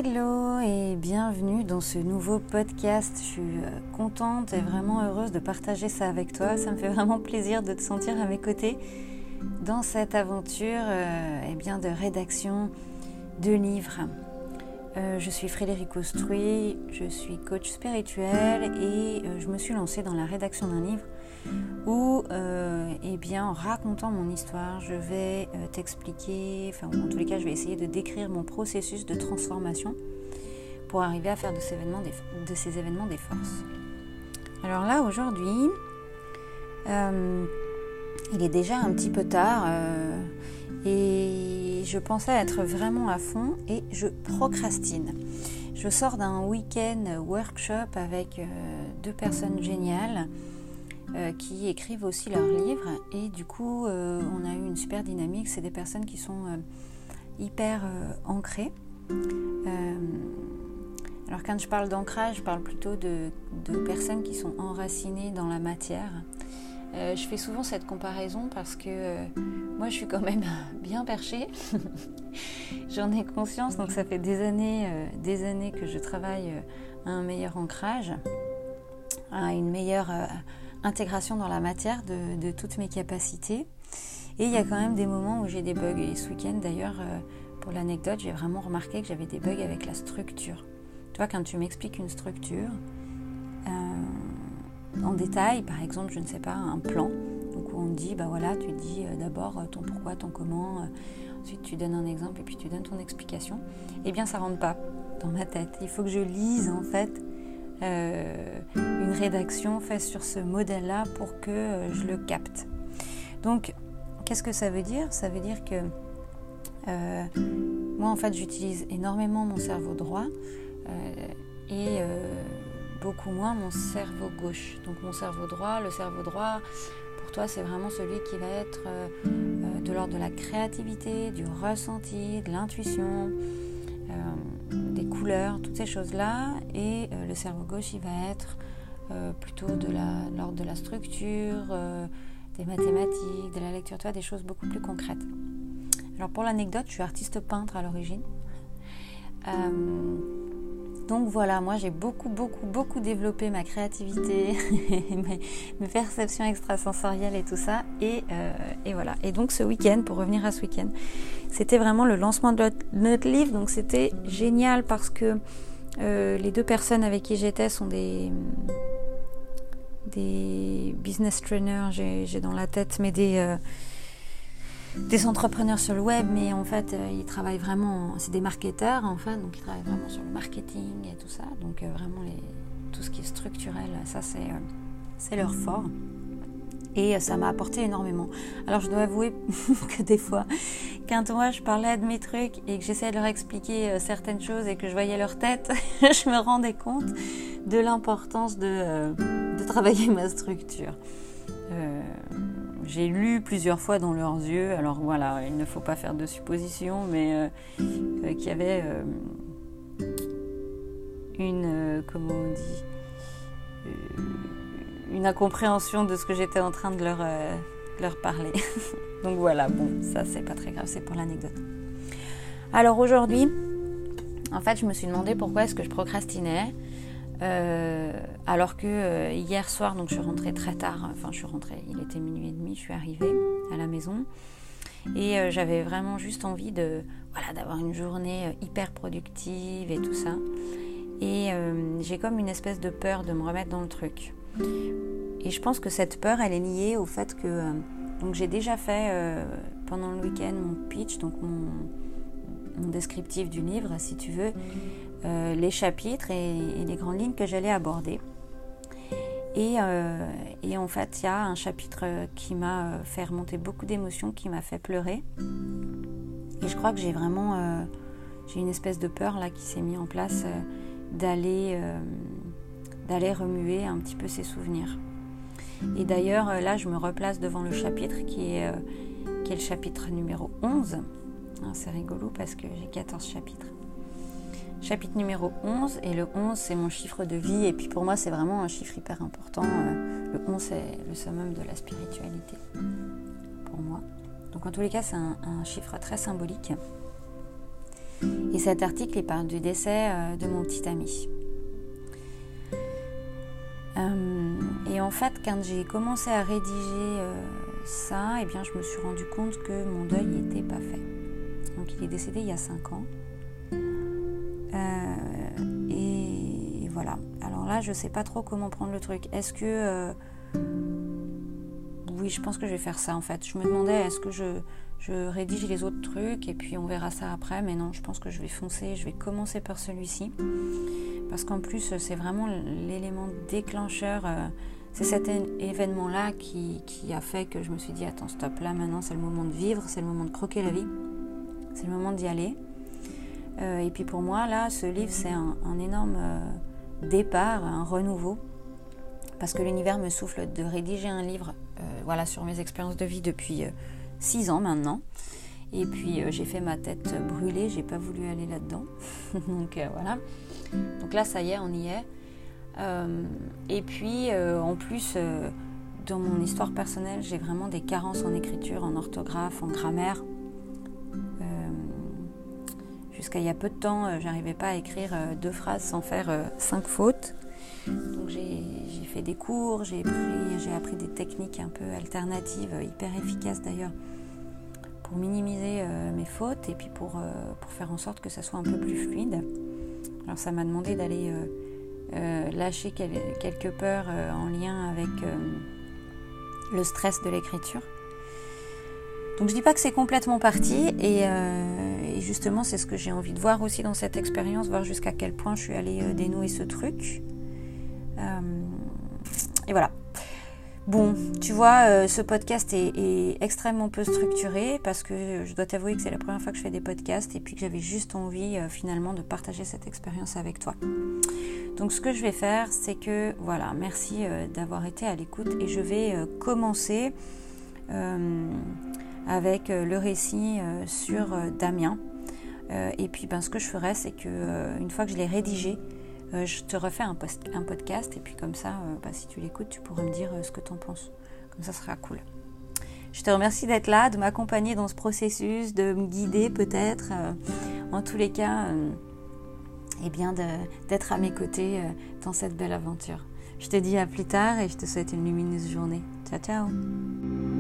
Hello et bienvenue dans ce nouveau podcast. Je suis contente et vraiment heureuse de partager ça avec toi. Ça me fait vraiment plaisir de te sentir à mes côtés dans cette aventure de rédaction de livres. Je suis Frédérique Austruy, je suis coach spirituel et je me suis lancée dans la rédaction d'un livre où, en racontant mon histoire, je vais t'expliquer, en tous les cas, je vais essayer de décrire mon processus de transformation pour arriver à faire de ces événements des forces. Alors là, aujourd'hui, il est déjà un petit peu tard et je pensais être vraiment à fond et je procrastine. Je sors d'un week-end workshop avec deux personnes géniales qui écrivent aussi leurs livres et du coup on a eu une super dynamique. C'est des personnes qui sont hyper ancrées. Alors quand je parle d'ancrage, je parle plutôt de personnes qui sont enracinées dans la matière. Je fais souvent cette comparaison parce que moi je suis quand même bien perchée. J'en ai conscience, donc ça fait des années que je travaille à un meilleur ancrage, à une meilleure intégration dans la matière de toutes mes capacités. Et il y a quand même des moments où j'ai des bugs. Et ce week-end d'ailleurs, pour l'anecdote, j'ai vraiment remarqué que j'avais des bugs avec la structure. Tu vois, quand tu m'expliques une structure en détail, par exemple, je ne sais pas, un plan, donc où on te dit, tu dis d'abord ton pourquoi, ton comment, ensuite tu donnes un exemple et puis tu donnes ton explication, eh bien ça rentre pas dans ma tête. Il faut que je lise en fait une rédaction faite sur ce modèle-là pour que je le capte. Donc, qu'est-ce que ça veut dire ? Ça veut dire que moi, en fait, j'utilise énormément mon cerveau droit et beaucoup moins mon cerveau gauche. Donc, mon cerveau droit, le cerveau droit, pour toi, c'est vraiment celui qui va être de l'ordre de la créativité, du ressenti, de l'intuition, des couleurs, toutes ces choses-là. Et le cerveau gauche, il va être plutôt de l'ordre de la structure, des mathématiques, de la lecture, tu vois, des choses beaucoup plus concrètes. Alors pour l'anecdote, je suis artiste peintre à l'origine. Donc voilà, moi j'ai beaucoup développé ma créativité, mes perceptions extrasensorielles et tout ça. Et voilà. Et donc ce week-end, pour revenir à ce week-end, c'était vraiment le lancement de notre livre. Donc c'était génial parce que les deux personnes avec qui j'étais sont des business trainers, j'ai dans la tête, mais des entrepreneurs sur le web, mais en fait ils travaillent vraiment, c'est des marketeurs en fait, donc ils travaillent vraiment sur le marketing et tout ça, donc vraiment tout ce qui est structurel, ça c'est leur fort. Et ça m'a apporté énormément. Alors je dois avouer que des fois, quand moi je parlais de mes trucs et que j'essayais de leur expliquer certaines choses et que je voyais leur tête, je me rendais compte de l'importance de travailler ma structure. J'ai lu plusieurs fois dans leurs yeux, alors voilà, il ne faut pas faire de suppositions, mais qu'il y avait une incompréhension de ce que j'étais en train de leur parler. Donc voilà, bon, ça c'est pas très grave, c'est pour l'anecdote. Alors aujourd'hui, en fait, je me suis demandé pourquoi est-ce que je procrastinais, alors que hier soir, donc je suis rentrée très tard, il était 00h30, je suis arrivée à la maison et j'avais vraiment juste envie d'avoir une journée hyper productive et tout ça. Et j'ai comme une espèce de peur de me remettre dans le truc. Et je pense que cette peur, elle est liée au fait que donc j'ai déjà fait pendant le week-end mon pitch, donc mon descriptif du livre, si tu veux, les chapitres et les grandes lignes que j'allais aborder. Et en fait, il y a un chapitre qui m'a fait remonter beaucoup d'émotions, qui m'a fait pleurer. Et je crois que j'ai une espèce de peur là qui s'est mise en place d'aller remuer un petit peu ces souvenirs. Et d'ailleurs, là, je me replace devant le chapitre qui est le chapitre numéro 11. C'est rigolo parce que j'ai 14 chapitres. Chapitre numéro 11, et le 11, c'est mon chiffre de vie. Et puis pour moi, c'est vraiment un chiffre hyper important. Le 11, c'est le summum de la spiritualité pour moi. Donc en tous les cas, c'est un chiffre très symbolique. Et cet article, il parle du décès de mon petit ami. Et en fait, quand j'ai commencé à rédiger ça, eh bien, je me suis rendu compte que mon deuil n'était pas fait. Donc, il est décédé il y a 5 ans. Et voilà. Alors là, je ne sais pas trop comment prendre le truc. Est-ce que... oui, je pense que je vais faire ça, en fait. Je me demandais, est-ce que je rédige les autres trucs et puis on verra ça après. Mais non, je pense que je vais foncer. Je vais commencer par celui-ci. Parce qu'en plus, c'est vraiment l'élément déclencheur. C'est cet événement-là qui a fait que je me suis dit, attends, stop, là, maintenant, c'est le moment de vivre, c'est le moment de croquer la vie. C'est le moment d'y aller. Et puis pour moi, là, ce livre, c'est un énorme départ, un renouveau. Parce que l'univers me souffle de rédiger un livre sur mes expériences de vie depuis 6 ans maintenant. Et puis j'ai fait ma tête brûler, j'ai pas voulu aller là-dedans. Donc voilà. Donc là, ça y est, on y est. Et puis en plus, dans mon histoire personnelle, j'ai vraiment des carences en écriture, en orthographe, en grammaire. Jusqu'à il y a peu de temps, j'arrivais pas à écrire 2 phrases sans faire 5 fautes. Donc j'ai fait des cours, j'ai appris des techniques un peu alternatives, hyper efficaces d'ailleurs, pour minimiser mes fautes et puis pour faire en sorte que ça soit un peu plus fluide. Alors ça m'a demandé d'aller lâcher quelques peurs en lien avec le stress de l'écriture. Donc je dis pas que c'est complètement parti et justement c'est ce que j'ai envie de voir aussi dans cette expérience, voir jusqu'à quel point je suis allée dénouer ce truc. Et voilà. Bon, tu vois, ce podcast est extrêmement peu structuré parce que je dois t'avouer que c'est la première fois que je fais des podcasts et puis que j'avais juste envie finalement de partager cette expérience avec toi. Donc ce que je vais faire, c'est que voilà, merci d'avoir été à l'écoute et je vais commencer avec le récit sur Damien. Et puis ce que je ferai, c'est que une fois que je l'ai rédigé, je te refais un podcast et puis comme ça, si tu l'écoutes, tu pourras me dire ce que tu en penses. Comme ça sera cool. Je te remercie d'être là, de m'accompagner dans ce processus, de me guider peut-être. En tous les cas, d'être à mes côtés dans cette belle aventure. Je te dis à plus tard et je te souhaite une lumineuse journée. Ciao, ciao.